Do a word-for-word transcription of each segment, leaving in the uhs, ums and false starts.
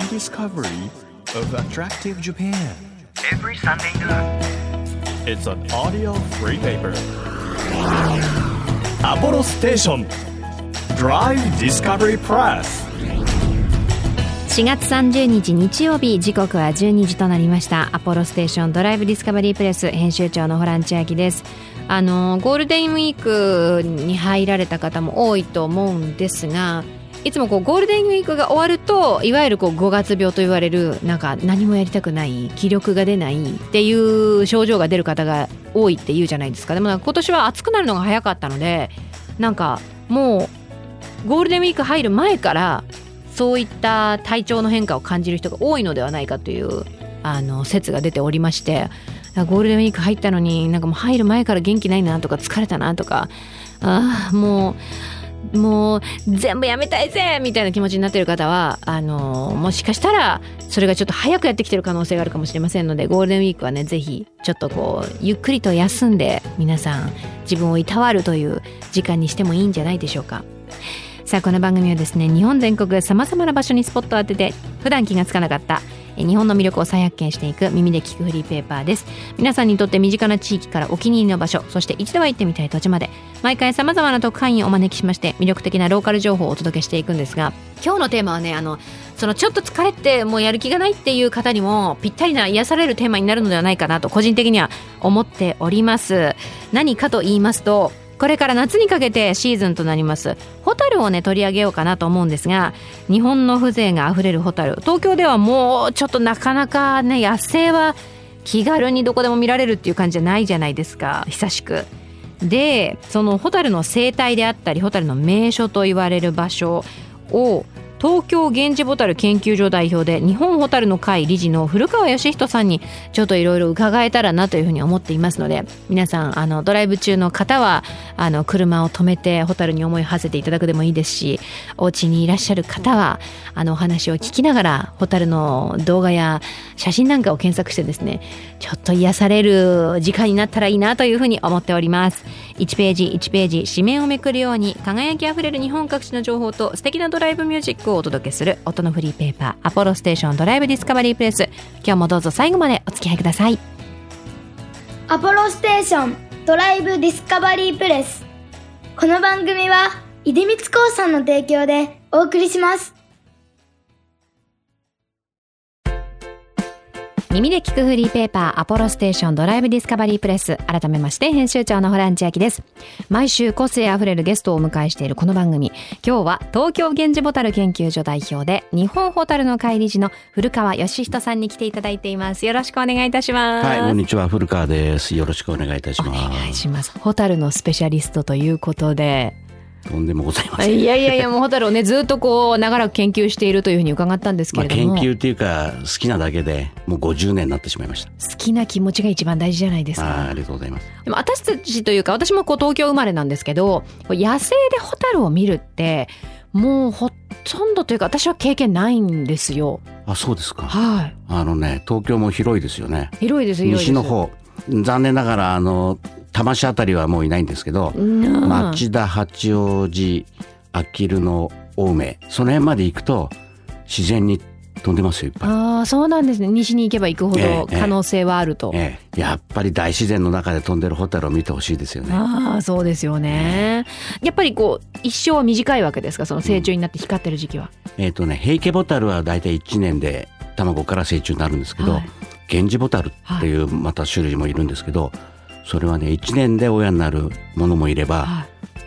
discovery of attractive Japan. Every Sunday noon. It's an audio free paper. Apollo Station Drive Discovery Press。 しがつさんじゅうにち日曜日、時刻はじゅうにじとなりました。アポロステーションドライブディスカバリープレス編集長のホラン千秋です。あのゴールデンウィークに入られた方も多いと思うんですが、いつもこうゴールデンウィークが終わると、いわゆるこうごがつ病と言われる、なんか何もやりたくない、気力が出ないっていう症状が出る方が多いって言うじゃないですか。でもなんか今年は暑くなるのが早かったので、なんかもうゴールデンウィーク入る前からそういった体調の変化を感じる人が多いのではないかというあの説が出ておりまして、ゴールデンウィーク入ったのになんかもう入る前から元気ないなとか疲れたなとか、あもうもう全部やめたいぜみたいな気持ちになっている方は、あのもしかしたらそれがちょっと早くやってきてる可能性があるかもしれませんので、ゴールデンウィークはね、ぜひちょっとこうゆっくりと休んで、皆さん自分をいたわるという時間にしてもいいんじゃないでしょうか。さあ、この番組はですね、日本全国さまざまな場所にスポットを当てて、普段気がつかなかった日本の魅力を再発見していく耳で聞くフリーペーパーです。皆さんにとって身近な地域からお気に入りの場所、そして一度は行ってみたい土地まで、毎回さまざまな特派員をお招きしまして、魅力的なローカル情報をお届けしていくんですが、今日のテーマはね、あのそのちょっと疲れてもうやる気がないっていう方にもぴったりな癒されるテーマになるのではないかなと個人的には思っております。何かと言いますと、これから夏にかけてシーズンとなりますホタルをね取り上げようかなと思うんですが、日本の風情があふれるホタル、東京ではもうちょっとなかなかね、野生は気軽にどこでも見られるっていう感じじゃないじゃないですか、久しく。で、そのホタルの生態であったり、ホタルの名所と言われる場所を東京ゲンジボタル研究所代表で日本ホタルの会理事の古川義人さんにちょっといろいろ伺えたらなというふうに思っていますので、皆さんあのドライブ中の方はあの車を止めてホタルに思いを馳せていただくでもいいですし、お家にいらっしゃる方はあのお話を聞きながらホタルの動画や写真なんかを検索してですね、ちょっと癒される時間になったらいいなというふうに思っております。いちページいちページ紙面をめくるように輝きあふれる日本各地の情報と素敵なドライブミュージックをお届けする音のフリーペーパー、アポロステーションドライブディスカバリープレス。今日もどうぞ最後までお付き合いください。 アポロステーションドライブディスカバリープレス。この番組は出光興産の提供でお送りします。 耳で聞くフリーペーパー、アポロステーションドライブディスカバリープレス。改めまして編集長のホラン千秋です。毎週個性あふれるゲストをお迎えしているこの番組、今日は東京ゲンジボタル研究所代表で日本ホタルの会理事の古川義人さんに来ていただいています。よろしくお願いいたします。 はい、こんにちは、古川です。よろしくお願いいたします。 お願いします。ホタルのスペシャリストということで、 とんでもございません。 いやいやいや、もうホタルをねずっとこう長らく研究しているというふうに伺ったんですけれども、 まあ、研究っていうか好きなだけでもうごじゅうねんになってしまいました。 好きな気持ちが一番大事じゃないですか。 あ, ありがとうございます。 でも私たちというか、私もこう東京生まれなんですけど、野生でホタルを見るってもうほとんどというか私は経験ないんですよ。 あ、そうですか。 はい。 あのね、東京も広いですよね。 広いです、広いです。 西の方、残念ながらあの多摩市あたりはもういないんですけど、町田、八王子、あきる野、青梅、その辺まで行くと自然に飛んでますよ、いっぱい。 ああ、そうなんですね。西に行けば行くほど可能性はあると、 ええええ、やっぱり大自然の中で飛んでるホタルを見てほしいですよね。 ああ、そうですよね。やっぱりこう一生は短いわけですか、その成虫になって光ってる時期は。 うん、えっ、ー、とね、ヘイケボタルはだいたいいちねんで卵から成虫になるんですけど、はい、ゲンジボタルっていうまた種類もいるんですけど、はい、それはねいちねんで親になるものもいれば、はい、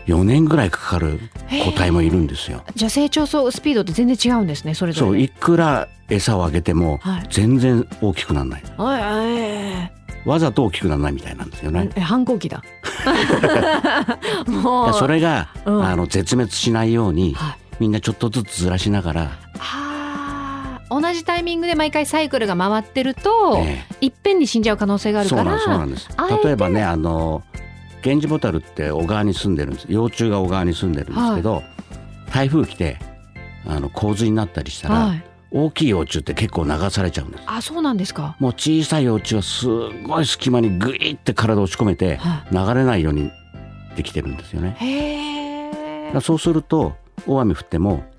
よねんぐらいかかる個体もいるんですよ。 じゃあ成長スピードって全然違うんですね、それぞれ。 そう、いくら餌をあげても全然大きくならない、 はい、 わざと大きくならないみたいなんですよね。 え、反抗期だもうそれが、 うん、あの絶滅しないように、はい、みんなちょっとずつずらしながら、 あ、同じタイミングで毎回サイクルが回ってると、えー、いっぺんに死んじゃう可能性があるから。 そうなんです、そうなんです。例えばね、あのゲンジボタルって小川に住んでるんです。幼虫が小川に住んでるんですけど、はい、台風来てあの洪水になったりしたら、はい、大きい幼虫って結構流されちゃうんです。 あ、そうなんですか。 もう小さい幼虫はすごい隙間にグイって体を押し込めて、はい、流れないようにできてるんですよね。 へー。 そうすると大雨降っても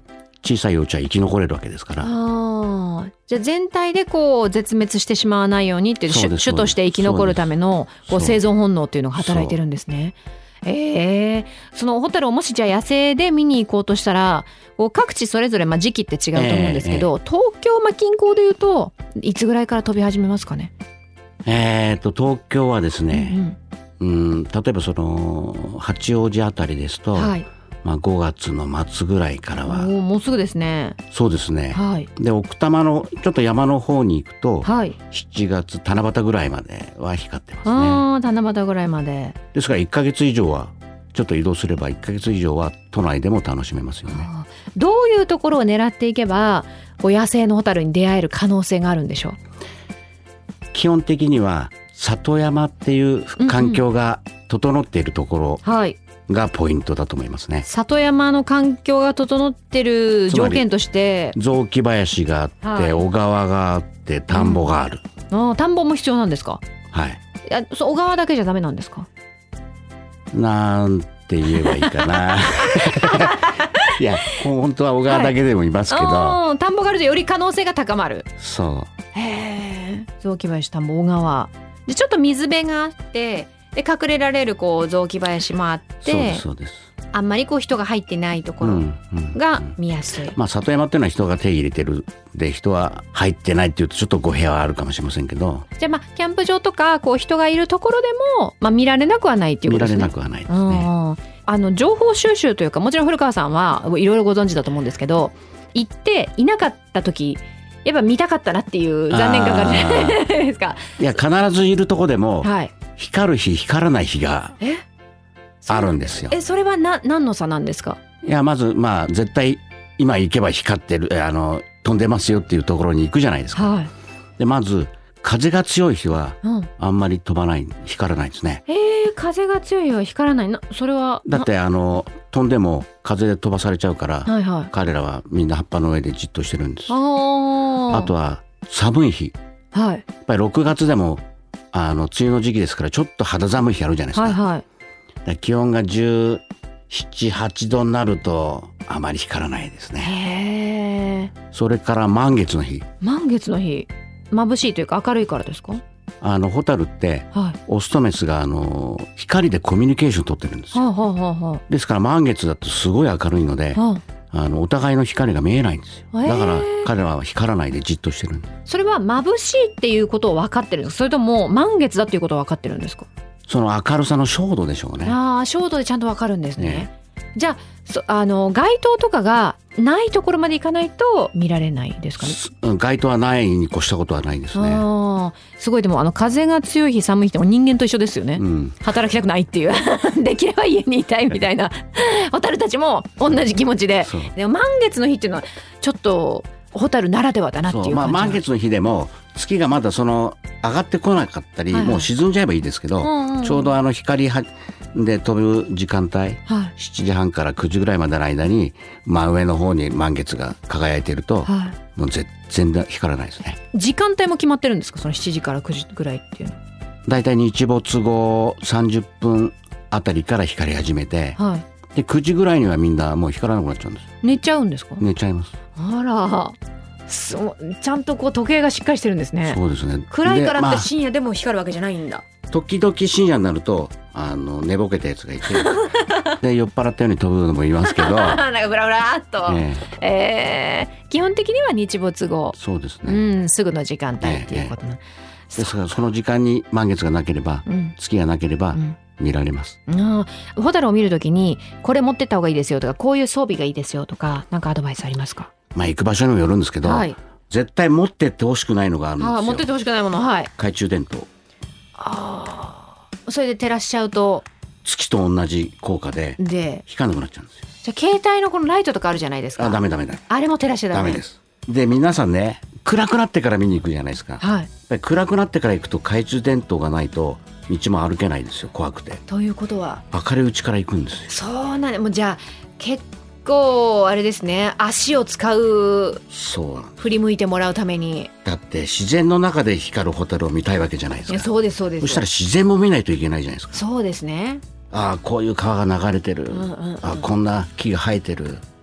小さい幼虫は生き残れるわけですから。 あじゃあ全体でこう絶滅してしまわないようにっていう種として生き残るためのこう生存本能っていうのが働いてるんですね。えー、そのホタルをもしじゃあ野生で見に行こうとしたらこう各地それぞれまあ時期って違うと思うんですけど、えーえー、東京まあ近郊でいうといつぐらいから飛び始めますかね。 えー、と東京はですね、うんうんうん、例えばその八王子あたりですと、はいまあ、ごがつの末ぐらいからはもうすぐですね。 そうですね、 はい、 で奥多摩のちょっと山の方に行くと、 はい、 しちがつ七夕ぐらいまでは光ってますね。 あ七夕ぐらいまでですからいっかげつ以上はちょっと移動すればいっかげつ以上は都内でも楽しめますよね。 どういうところを狙っていけばこう野生のホタルに出会える可能性があるんでしょう。 基本的には里山っていう環境が整っているところ、うんうんはいがポイントだと思いますね。 里山の環境が整ってる条件として雑木林があって、はい、小川があって田んぼがある、 うん、あ田んぼも必要なんですか。 はい。 いやそう小川だけじゃダメなんですか。 なんて言えばいいかないや本当は小川だけでもいますけど、 はい、田んぼがあるとより可能性が高まる。 そうへー雑木林田んぼ小川でちょっと水辺があってで隠れられるこう雑木林もあってそうですそうです。 あんまりこう人が入ってないところが見やすい、うんうんうん、 まあ、里山っていうのは人が手入れてるで人は入ってないっていうとちょっと語弊はあるかもしれませんけど、 じゃあまあキャンプ場とかこう人がいるところでも、まあ、見られなくはないっていうことですね。 見られなくはないですね。 あの情報収集というかもちろん古川さんはいろいろご存知だと思うんですけど行っていなかった時やっぱ見たかったなっていう残念感があるじゃないですか。 いや必ずいるとこでも、 はい、 光る日光らない日があるんですよ。 えそれはな何の差なんですか。 いやまずまあ絶対今行けば光ってるあの飛んでますよっていうところに行くじゃないですか、はい、でまず風が強い日はあんまり飛ばない、うん、光らないですね。 えー、風が強い日は光らないな。それはだってあの飛んでも風で飛ばされちゃうから、 はいはい、 彼らはみんな葉っぱの上でじっとしてるんです。 あ, あとは寒い日、 はい、 やっぱりろくがつでもあの梅雨の時期ですからちょっと肌寒い日あるじゃないですか、 はいはい、 だ気温がじゅうなな、はちどになるとあまり光らないですね。 へー。 それから満月の日満月の日眩しいというか明るいからですか。 あのホタルって、はい、オスとメスがあの光でコミュニケーション取ってるんですよ、はあはあはあ、ですから満月だとすごい明るいので、はあ、あのお互いの光が見えないんですよ。だから彼らは光らないでじっとしてるんです。 それは眩しいっていうことを分かってるんですか。それとも満月だっていうことを分かってるんですか。 その明るさの照度でしょうね。 ああ照度でちゃんと分かるんですね。ねじゃあ、そあの街灯とかがないところまで行かないと見られないですかね。 街灯はないに越したことはないですね。 あすごい。でもあの風が強い日寒い日っても人間と一緒ですよね、うん、働きたくないっていうできれば家にいたいみたいなホタルたちも同じ気持ちで。でも満月の日っていうのはちょっとホタルならではだなっていう感じ。 まあ、満月の日でも月がまだその上がってこなかったり、はいはい、もう沈んじゃえばいいですけど、うんうん、ちょうどあの光で飛ぶ時間帯、はい、しちじはんからくじぐらいまでの間に真上の方に満月が輝いていると、はい、もう全然光らないですね。 時間帯も決まってるんですか。そのしちじからくじぐらいっていうの。 だいたい日没後さんじゅっぷんあたりから光り始めて、はい、でくじぐらいにはみんなもう光らなくなっちゃうんです。 寝ちゃうんですか。 寝ちゃいます。 あらそうちゃんとこう時計がしっかりしてるんですね。 そうですね。 暗いからって深夜でも光るわけじゃないんだ、まあ、時々深夜になるとあの寝ぼけたやつがいてで酔っ払ったように飛ぶのもいますけどなんかブラブラっと、えーえー、基本的には日没後そうですね、 うん、すぐの時間帯っていうことな、えーえー、ですからその時間に満月がなければ、うん、月がなければ、うん見られます。 あホタルを見るときにこれ持ってった方がいいですよとかこういう装備がいいですよとかなんかアドバイスありますか。 まあ行く場所にもよるんですけど、はい、絶対持ってってほしくないのがあるんですよ。 あ持ってってほしくないもの、はい、 懐中電灯。 あそれで照らしちゃうと月と同じ効果で光らなくなっちゃうんですよ。 じゃあ携帯のこのライトとかあるじゃないですか。 あダメダメだ。 あれも照らしちゃダメ。 ダメです。で皆さんね暗くなってから見に行くじゃないですか、はい、やっぱり暗くなってから行くと懐中電灯がないと道も歩けないですよ怖くて。 ということは明るいうちから行くんですよ。 そうなんでもうじゃあ結構あれですね足を使う。 そう振り向いてもらうために。 だって自然の中で光るホタルを見たいわけじゃないですか。 いやそうですそうです。 そしたら自然も見ないといけないじゃないですか。 そうですね。 ああこういう川が流れてる、うんうんうん、あこんな木が生えてる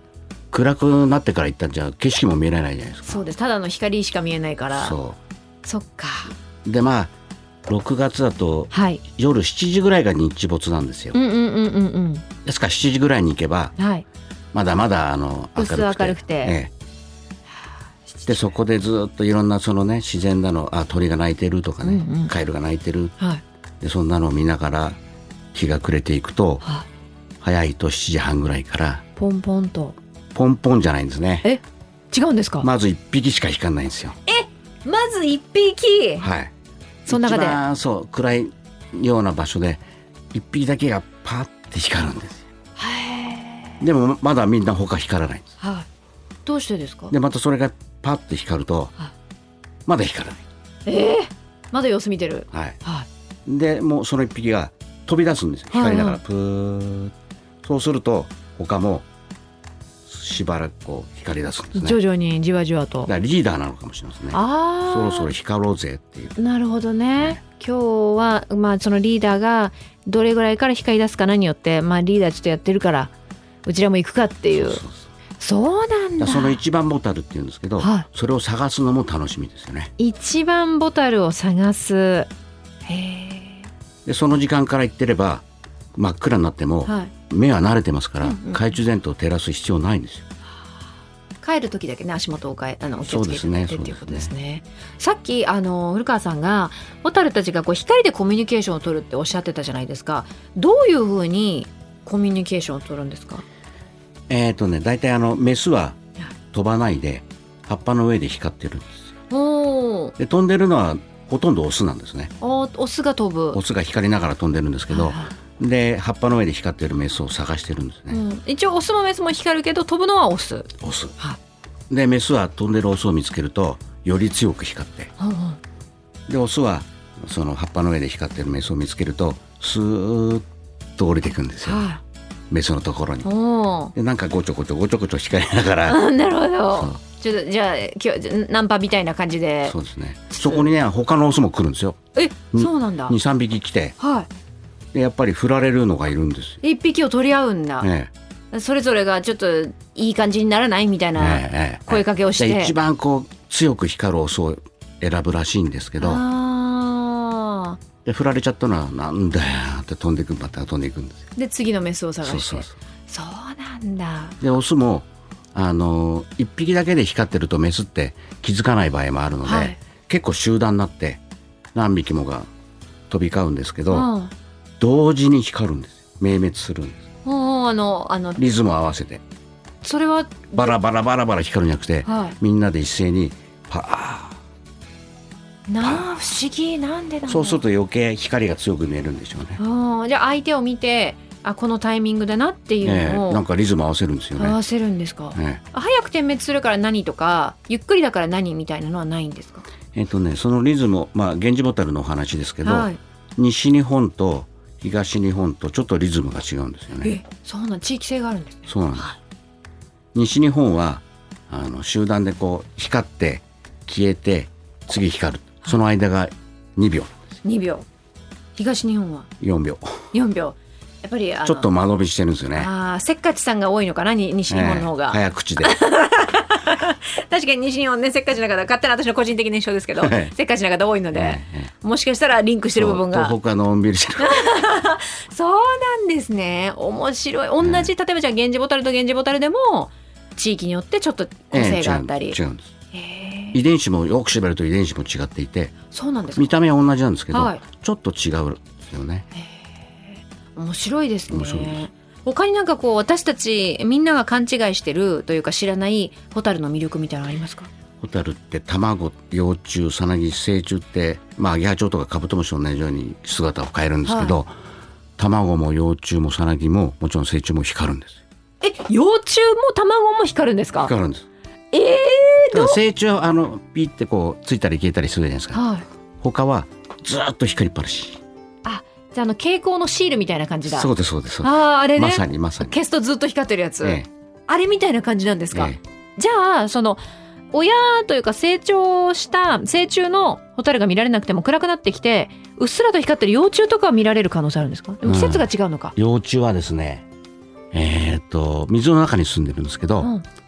暗くなってから行ったんじゃ景色も見えないじゃないですか。 そうです、ただの光しか見えないから。 そそっか。 うでまあろくがつだとはい夜しちじぐらいが日没なんですよ、 うんうんうんうんうんですからしちじぐらいに行けばはいまだまだあの明るくて、 薄明るくて、 ええでそこでずっといろんなそのね自然だのあ鳥が鳴いてるとかね、 うんうんカエルが鳴いてるはいでそんなのを見ながら日が暮れていくとはい早いとしちじはんぐらいからポンポンと。 ポンポンじゃないんですね。 え違うんですか。 まずいっぴきしか光らないんですよ。 まず一匹。 はいその中で一番そう暗いような場所でいっぴきだけがパッて光るんですよ。 へでもまだみんな他光らないんです。 はい。どうしてですか。 でまたそれがパッて光るとはいまだ光らない。 えー、まだ様子見てる。 はいはい。 でもうそのいっぴきが飛び出すんですよ。光りながらはいプーッそうすると他もしばらくこう光り出すんですね。 徐々にじわじわとだ。からリーダーなのかもしれませんね。 ああ。 そろそろ光ろうぜっていう。 なるほどね。今日はまあそのリーダーがどれぐらいから光り出すかなによってまあリーダーちょっとやってるからうちらも行くかっていう。 そうそうそうそうなんだ。 だからその一番ボタルっていうんですけど、 はいそれを探すのも楽しみですよね。 一番ボタルを探す。へえ。 でその時間から行ってれば真っ暗になってもはい。 目は慣れてますから、 うんうん懐中電灯を照らす必要ないんですよ。 帰る時だけね足元を変えあのお気をつけてそうですねっていうことですね。さっきあの古川さんがホタルたちがこう光でコミュニケーションを取るっておっしゃってたじゃないですか。どういうふうにコミュニケーションを取るんですか。 えっ、ー、とね大体あのメスは飛ばないで葉っぱの上で光ってるんですよ。 おーで飛んでるのはほとんどオスなんですね。 おオスが飛ぶ。 オスが光りながら飛んでるんですけど、 はいはいで葉っぱの上で光ってるメスを探してるんですね。 うん、一応オスもメスも光るけど飛ぶのはオス。 オスはでメスは飛んでるオスを見つけるとより強く光ってうんうんでオスはその葉っぱの上で光ってるメスを見つけるとスーッと降りていくんですよ、 はメスのところに。 い。おーでなんかごちょごちょごちょごちょ光りながらあなるほそうど。ちょっとじゃあ今日ナンパみたいな感じで。 そうですね。そこにね他のオスも来るんですよ。 えそうなんだ。 にさんびき来てはでやっぱり振られるのがいるんですよ。 い。一匹を取り合うんだ。 ねそれぞれがちょっといい感じにならないみたいえなえええ声かけをして。 で一番こう強く光るオスを選ぶらしいんですけどあで振られちゃったのはなんだよって飛んでいくまた飛んでいくんですよ。 ーで次のメスを探して。 そうそうそうなんだ。 でオスもあのいっぴきだけで光ってるとメスって気づかない場合もあるので、 はい結構集団になって何匹もが飛び交うんですけどうん同時に光るんですよ。明滅するんです。 おーあのあのリズムを合わせてそれはバラバラバラバラ光るんじゃなくて、 はみんなで一斉にパい。なあ不思議なんでなんだ。 ーそうすると余計光が強く見えるんでしょうね。 あじゃあ相手を見てあこのタイミングだなっていうええのをなんかリズム合わせるんですよね。 合わせるんですか。 え早く点滅するから何とかゆっくりだから何みたいなのはないんですか。 ええっとねそのリズムまあ源氏ボタルのお話ですけど、 はい。 西日本と東日本とちょっとリズムが違うんですよね。 えそうなん地域性があるんですね。 そうなんです。 はい西日本はあの集団でこう光って消えて次光るその間がにびょうにびょう。東日本はよんびょうよんびょう。やっぱりあのちょっと間延びしてるんですよね。 ああせっかちさんが多いのかなに西日本の方が、 ええ早口で確かに西日本ねせっかちな方勝手な私の個人的な印象ですけど、 はいせっかちな方多いので、 ええもしかしたらリンクしてる部分がそう東北はのんびりしてるそうなんですね。面白い。同じ、例えばじゃあ源氏ボタルと源氏ボタルでも地域によってちょっと個性があったり、 ええ違う違うんです。 へえ遺伝子もよく調べると遺伝子も違っていてそうなんですか。 見た目は同じなんですけど、 はいちょっと違うんですよね。 面白いですね。 面白いです他になんかこう私たちみんなが勘違いしてるというか知らないホタルの魅力みたいなのありますか。 ホタルって卵幼虫さなぎ成虫ってまあアゲハチョウとかカブトムシと同じように姿を変えるんですけど、卵も幼虫もさなぎももちろん成虫も光るんです。 え幼虫も卵も光るんですか。 光るんです。 ええただ成虫はあのピッてこうついたり消えたりするじゃないですか。 はい。 他はずーっと光りっぱなし。 あじゃああの蛍光のシールみたいな感じだ。 そうですそうですそうです。 あああれね。 まさにまさに。 消すとずっと光ってるやつ、 えあれみたいな感じなんですか。 ええじゃあその親というか成長した成虫のホタルが見られなくても暗くなってきてうっすらと光ってる幼虫とかは見られる可能性あるんですか。でも季節が違うのか。 幼虫はですねえー、っと水の中に住んでるんですけど、 うん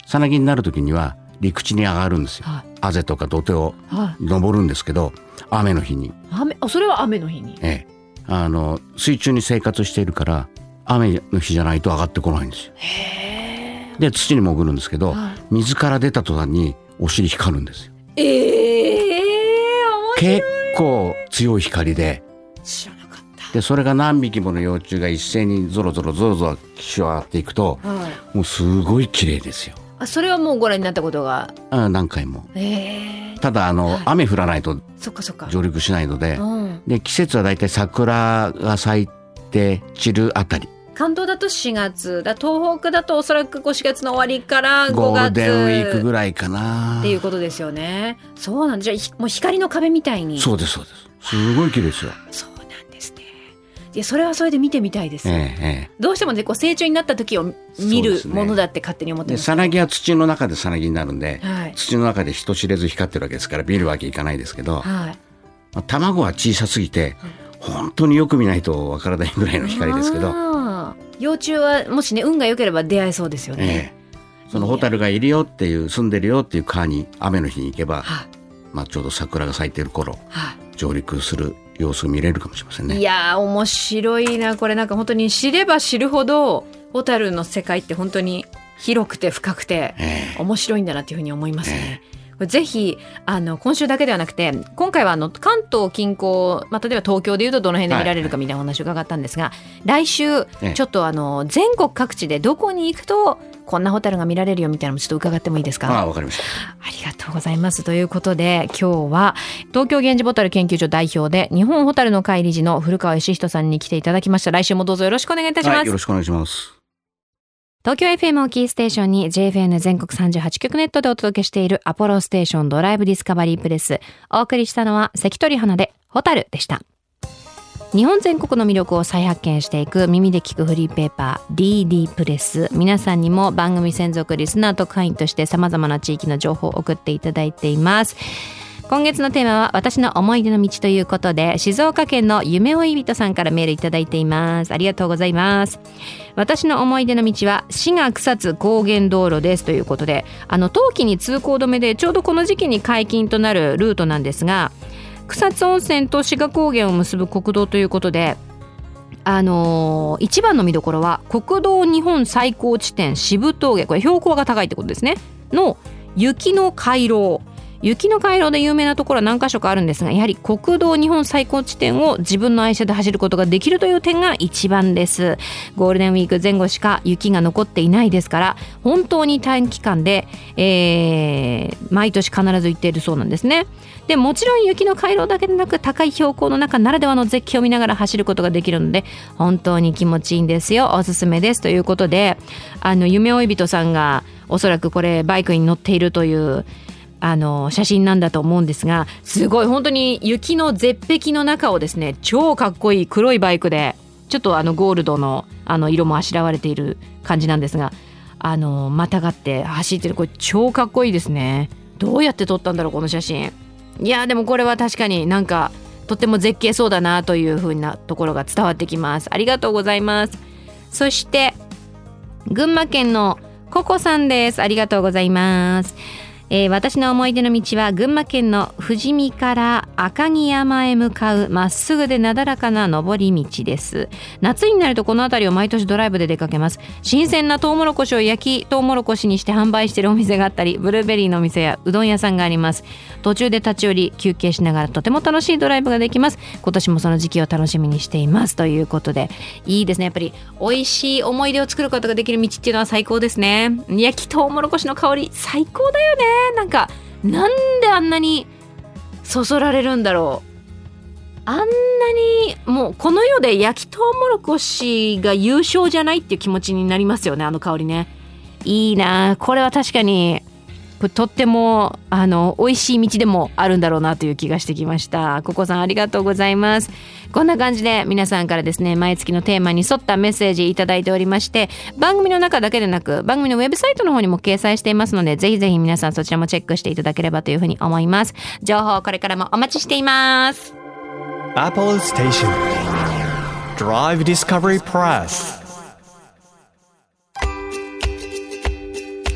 さなぎになる時には陸地に上がるんですよ、はい、あぜとか土手を登るんですけど、はい、雨の日に雨あそれは雨の日に、 ええ、あの水中に生活しているから雨の日じゃないと上がってこないんですよ。へで土に潜るんですけど、はい、水から出た途端にお尻光るんですよ。えー、面白い。結構強い光で、 知らなかった。 でそれが何匹もの幼虫が一斉にゾロゾロゾロゾロ岸を上がっていくと、はい、もうすごい綺麗ですよ。 あそれはもうご覧になったことがあ何回も、えー、ただあの、はい、雨降らないと上陸しないので、うん、で季節はだいたい桜が咲いて散るあたり、 関東だとしがつだ、東北だとおそらくしがつの終わりからごがつゴールデンウィークぐらいかなっていうことですよね。そうなんです。じゃあもう光の壁みたいに。 そうですそうです。すごい綺麗ですよ。 そうなんですね。いやそれはそれで見てみたいです、ええ、どうしても、ね、こう成長になった時を見るものだって勝手に思ってます。 さなぎは土の中でさなぎになるんで、はい、土の中で人知れず光ってるわけですから見るわけいかないですけど、はいまあ、卵は小さすぎて、うん、本当によく見ないとわからないぐらいの光ですけど、 幼虫はもしね運が良ければ出会えそうですよね、ええ、そのホタルがいるよっていう住んでるよっていう川に雨の日に行けば、はまあ、ちょうど桜が咲いてる頃、は上陸する様子が見れるかもしれませんね。 いやー面白いなこれ。なんか本当に知れば知るほどホタルの世界って本当に広くて深くて面白いんだなっていうふうに思いますね、ええ、これぜひあの今週だけではなくて今回はあの関東近郊、まあ、例えば東京でいうとどの辺で見られるかみたいなお話を伺ったんですが、はいはい、来週ちょっとあの全国各地でどこに行くとこんなホタルが見られるよみたいなのもちょっと伺ってもいいですか。 あ、わかりました。 ありがとうございます。ということで今日は東京源氏ボタル研究所代表で日本ホタルの会理事の古川義人さんに来ていただきました。来週もどうぞよろしくお願いいたします、 はい、よろしくお願いします。 東京 エフエム をキーステーションに ジェイエフエヌ 全国さんじゅうはち局ネットでお届けしているアポロステーションドライブディスカバリープレス。お送りしたのは関取花でホタルでした。日本全国の魅力を再発見していく耳で聞くフリーペーパー ディーディー プレス。皆さんにも番組専属リスナーと会員として様々な地域の情報を送っていただいています。今月のテーマは私の思い出の道ということで静岡県の夢追い人さんからメールいただいています。ありがとうございます。私の思い出の道は滋賀草津高原道路ですということで、あの冬季に通行止めでちょうどこの時期に解禁となるルートなんですが、草津温泉と志賀高原を結ぶ国道ということで、あのー、一番の見どころは国道日本最高地点渋峠、これ標高が高いってことですねの雪の回廊。雪の回廊で有名なところは何か所かあるんですが、やはり国道日本最高地点を自分の愛車で走ることができるという点が一番です。ゴールデンウィーク前後しか雪が残っていないですから、本当に短期間で、えー、毎年必ず行っているそうなんですね。でもちろん雪の回廊だけでなく高い標高の中ならではの絶景を見ながら走ることができるので本当に気持ちいいんですよ。おすすめですということで、あの夢追い人さんがおそらくこれバイクに乗っているというあの写真なんだと思うんですが、すごい本当に雪の絶壁の中をですね、超かっこいい黒いバイクでちょっとあのゴールドのあの色もあしらわれている感じなんですが、あのまたがって走ってる、これ超かっこいいですね。どうやって撮ったんだろうこの写真。いやでもこれは確かになんかとっても絶景そうだなという風なところが伝わってきます。ありがとうございます。そして群馬県のココさんです。ありがとうございます。えー、私の思い出の道は群馬県の富士見から赤城山へ向かうまっすぐでなだらかな登り道です。夏になるとこの辺りを毎年ドライブで出かけます。新鮮なトウモロコシを焼きトウモロコシにして販売しているお店があったり、ブルーベリーのお店やうどん屋さんがあります。途中で立ち寄り休憩しながらとても楽しいドライブができます。今年もその時期を楽しみにしていますということで、いいですね。やっぱり美味しい思い出を作ることができる道っていうのは最高ですね。焼きトウモロコシの香り最高だよね。なんかなんであんなにそそられるんだろう。あんなにもうこの世で焼きトウモロコシが優勝じゃないっていう気持ちになりますよね。あの香りね、いいな。これは確かにこれとってもあの美味しい道でもあるんだろうなという気がしてきました。ココさんありがとうございます。こんな感じで皆さんからですね、毎月のテーマに沿ったメッセージいただいておりまして、番組の中だけでなく番組のウェブサイトの方にも掲載していますので、ぜひぜひ皆さんそちらもチェックしていただければというふうに思います。情報これからもお待ちしています。 Apollo Station Drive Discovery Press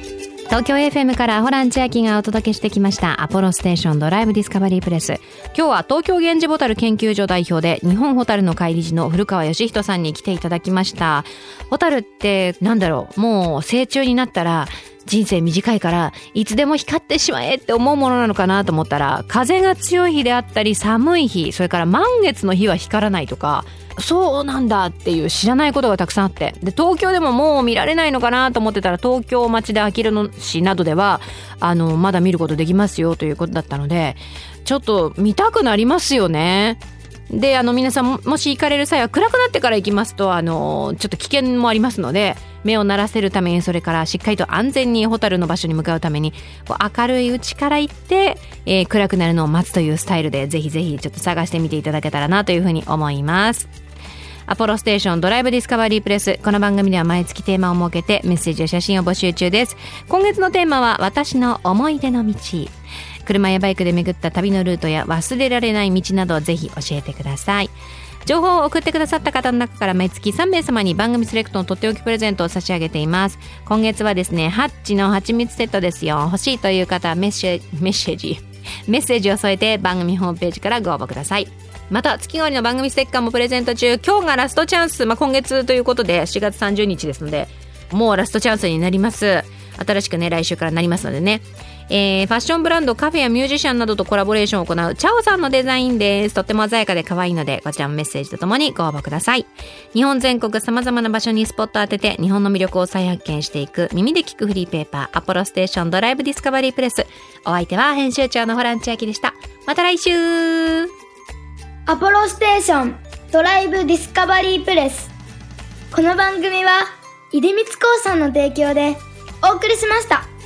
東京 エフエム からホラン千秋がお届けしてきましたアポロステーションドライブディスカバリープレス。今日は東京源氏ホタル研究所代表で日本ホタルの会理事の古川義人さんに来ていただきました。ホタルってなんだろう、もう成虫になったら人生短いからいつでも光ってしまえって思うものなのかなと思ったら、風が強い日であったり寒い日、それから満月の日は光らないとか、そうなんだっていう知らないことがたくさんあって、で東京でももう見られないのかなと思ってたら、東京町であきる野市などではあのまだ見ることできますよということだったので、ちょっと見たくなりますよね。であの皆さん も, もし行かれる際は暗くなってから行きますと、あのちょっと危険もありますので、目を慣らせるために、それからしっかりと安全にホタルの場所に向かうために、こう明るいうちから行って、えー、暗くなるのを待つというスタイルで、ぜひぜひちょっと探してみていただけたらなというふうに思います。アポロステーションドライブディスカバリープレス。この番組では毎月テーマを設けてメッセージや写真を募集中です。今月のテーマは私の思い出の道。車やバイクで巡った旅のルートや忘れられない道などをぜひ教えてください。情報を送ってくださった方の中から毎月さんめい様に番組セレクトのとっておきプレゼントを差し上げています。今月はですね、ハッチの蜂蜜セットですよ。欲しいという方はメッセージメッセージメッセージを添えて番組ホームページからご応募ください。また月替わりの番組ステッカーもプレゼント中。今日がラストチャンス、まあ、今月ということでしがつさんじゅうにちですので、もうラストチャンスになります。新しくね来週からなりますのでね、えー、ファッションブランドカフェやミュージシャンなどとコラボレーションを行うチャオさんのデザインです。とっても鮮やかで可愛いので、こちらもメッセージとともにご応募ください。日本全国様々な場所にスポットを当てて日本の魅力を再発見していく耳で聞くフリーペーパー、アポロステーションドライブディスカバリープレス。お相手は編集長のホラン千秋でした。また来週。 アポロステーションドライブディスカバリープレス。この番組は出光興産の提供でお送りしました。